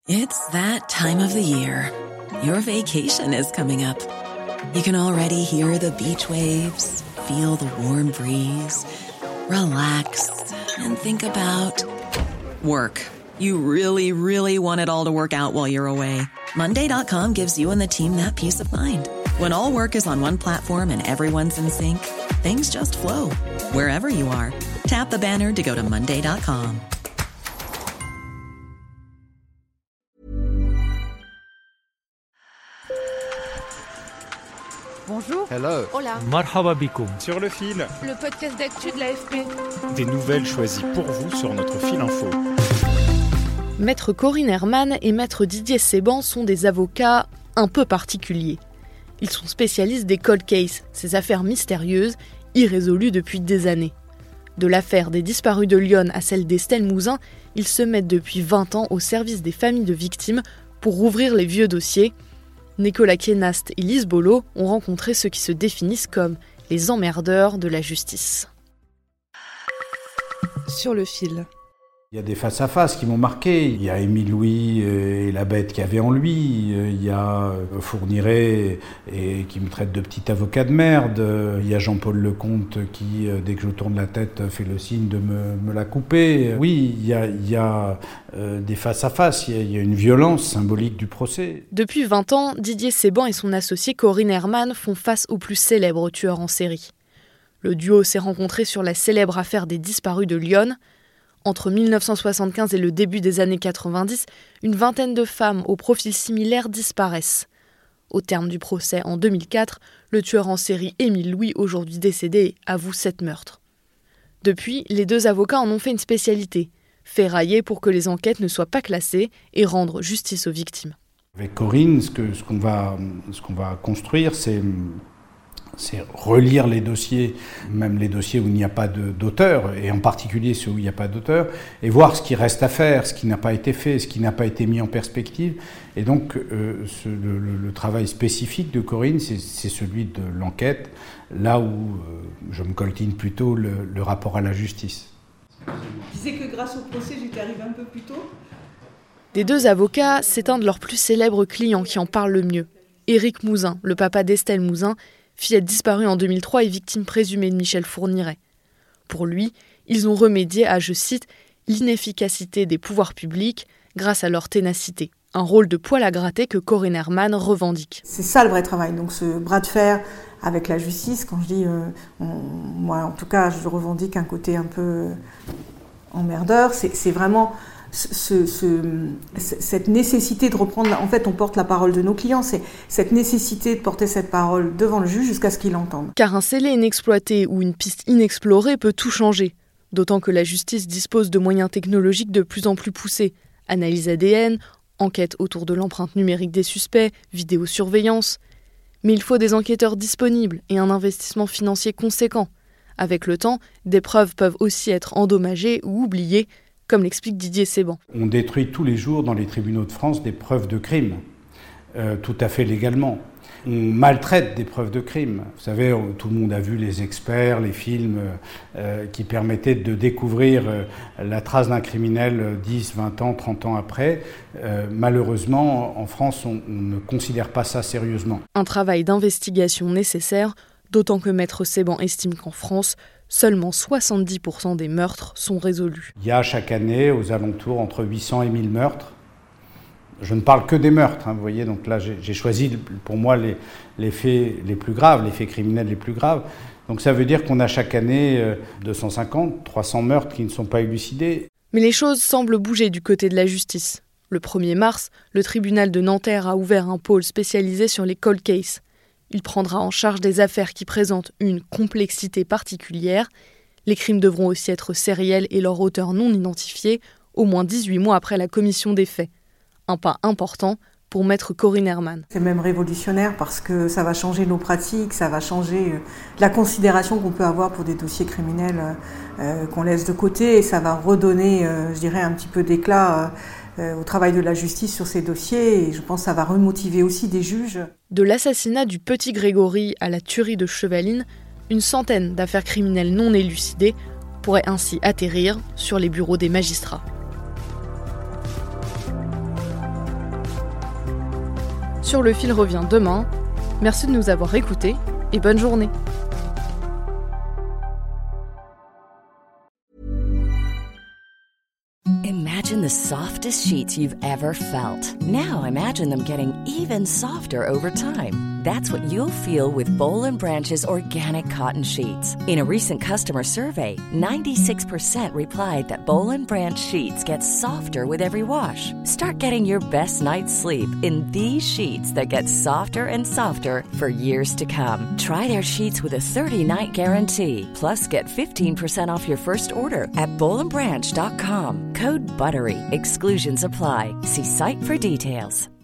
It's that time of the year. Your vacation is coming up. You can already hear the beach waves, feel the warm breeze, relax, and think about work. You really, really want it all to work out while you're away. Monday.com gives you and the team that peace of mind. When all work is on one platform and everyone's in sync, things just flow. Wherever you are, tap the banner to go to Monday.com. Bonjour. Hello. Hola. Marhaba bikoum. Sur le fil. Le podcast d'actu de l'AFP. Des nouvelles choisies pour vous sur notre fil info. Maître Corinne Herman et Maître Didier Seban sont des avocats un peu particuliers. Ils sont spécialistes des cold cases, ces affaires mystérieuses, irrésolues depuis des années. De l'affaire des disparus de Lyon à celle d'Estelle Mouzin, ils se mettent depuis 20 ans au service des familles de victimes pour rouvrir les vieux dossiers. Nicolas Kienast et Lise Bolo ont rencontré ceux qui se définissent comme les emmerdeurs de la justice. Sur le fil. Il y a des face-à-face qui m'ont marqué. Il y a Émile Louis et la bête qu'il y avait en lui. Il y a Fourniret et qui me traite de petit avocat de merde. Il y a Jean-Paul Lecomte qui, dès que je tourne la tête, fait le signe de me la couper. Oui, il y a des face-à-face. Il y a une violence symbolique du procès. Depuis 20 ans, Didier Seban et son associé Corinne Herman font face au plus célèbre tueur en série. Le duo s'est rencontré sur la célèbre affaire des disparus de Lyon. Entre 1975 et le début des années 90, une vingtaine de femmes au profil similaire disparaissent. Au terme du procès en 2004, le tueur en série Émile Louis, aujourd'hui décédé, avoue 7 meurtres. Depuis, les deux avocats en ont fait une spécialité, ferrailler pour que les enquêtes ne soient pas classées et rendre justice aux victimes. Avec Corinne, ce qu'on va construire, c'est relire les dossiers, même les dossiers où il n'y a pas d'auteur, et en particulier ceux où il n'y a pas d'auteur, et voir ce qui reste à faire, ce qui n'a pas été fait, ce qui n'a pas été mis en perspective. Et donc, le travail spécifique de Corinne, c'est celui de l'enquête, là où je me coltine plutôt le rapport à la justice. Je disais que grâce au procès, j'étais arrivée un peu plus tôt. Des deux avocats, c'est un de leurs plus célèbres clients qui en parle le mieux. Éric Mouzin, le papa d'Estelle Mouzin, fillette disparue en 2003 et victime présumée de Michel Fourniret. Pour lui, ils ont remédié à, je cite, « l'inefficacité des pouvoirs publics grâce à leur ténacité ». Un rôle de poil à gratter que Corinne Herman revendique. C'est ça le vrai travail, donc ce bras de fer avec la justice, quand je dis, moi en tout cas je revendique un côté un peu emmerdeur, c'est vraiment cette nécessité de reprendre, en fait on porte la parole de nos clients, c'est cette nécessité de porter cette parole devant le juge jusqu'à ce qu'il l'entende. Car un scellé inexploité ou une piste inexplorée peut tout changer, d'autant que la justice dispose de moyens technologiques de plus en plus poussés, analyse ADN, enquête autour de l'empreinte numérique des suspects, vidéosurveillance. Mais il faut des enquêteurs disponibles et un investissement financier conséquent. Avec le temps, des preuves peuvent aussi être endommagées ou oubliées, comme l'explique Didier Seban. On détruit tous les jours dans les tribunaux de France des preuves de crimes, tout à fait légalement. On maltraite des preuves de crimes. Vous savez, tout le monde a vu les experts, les films qui permettaient de découvrir la trace d'un criminel 10, 20 ans, 30 ans après. Malheureusement, en France, on ne considère pas ça sérieusement. Un travail d'investigation nécessaire, d'autant que Maître Seban estime qu'en France, seulement 70% des meurtres sont résolus. Il y a chaque année, aux alentours, entre 800 et 1000 meurtres. Je ne parle que des meurtres, vous voyez, donc là j'ai choisi pour moi les faits les plus graves, les faits criminels les plus graves. Donc ça veut dire qu'on a chaque année 250, 300 meurtres qui ne sont pas élucidés. Mais les choses semblent bouger du côté de la justice. Le 1er mars, le tribunal de Nanterre a ouvert un pôle spécialisé sur les cold cases. Il prendra en charge des affaires qui présentent une complexité particulière. Les crimes devront aussi être sériels et leur auteur non identifié, au moins 18 mois après la commission des faits. Un pas important pour Maître Corinne Herman. C'est même révolutionnaire parce que ça va changer nos pratiques, ça va changer la considération qu'on peut avoir pour des dossiers criminels qu'on laisse de côté et ça va redonner, je dirais, un petit peu d'éclat au travail de la justice sur ces dossiers et je pense que ça va remotiver aussi des juges. De l'assassinat du petit Grégory à la tuerie de Chevaline, une centaine d'affaires criminelles non élucidées pourraient ainsi atterrir sur les bureaux des magistrats. Sur le fil revient demain. Merci de nous avoir écoutés et bonne journée. Imagine the softest sheets you've ever felt. Now imagine them getting even softer over time. That's what you'll feel with Boll & Branch's organic cotton sheets. In a recent customer survey, 96% replied that Boll & Branch sheets get softer with every wash. Start getting your best night's sleep in these sheets that get softer and softer for years to come. Try their sheets with a 30-night guarantee. Plus, get 15% off your first order at bollandbranch.com. Code BUTTERY. Exclusions apply. See site for details.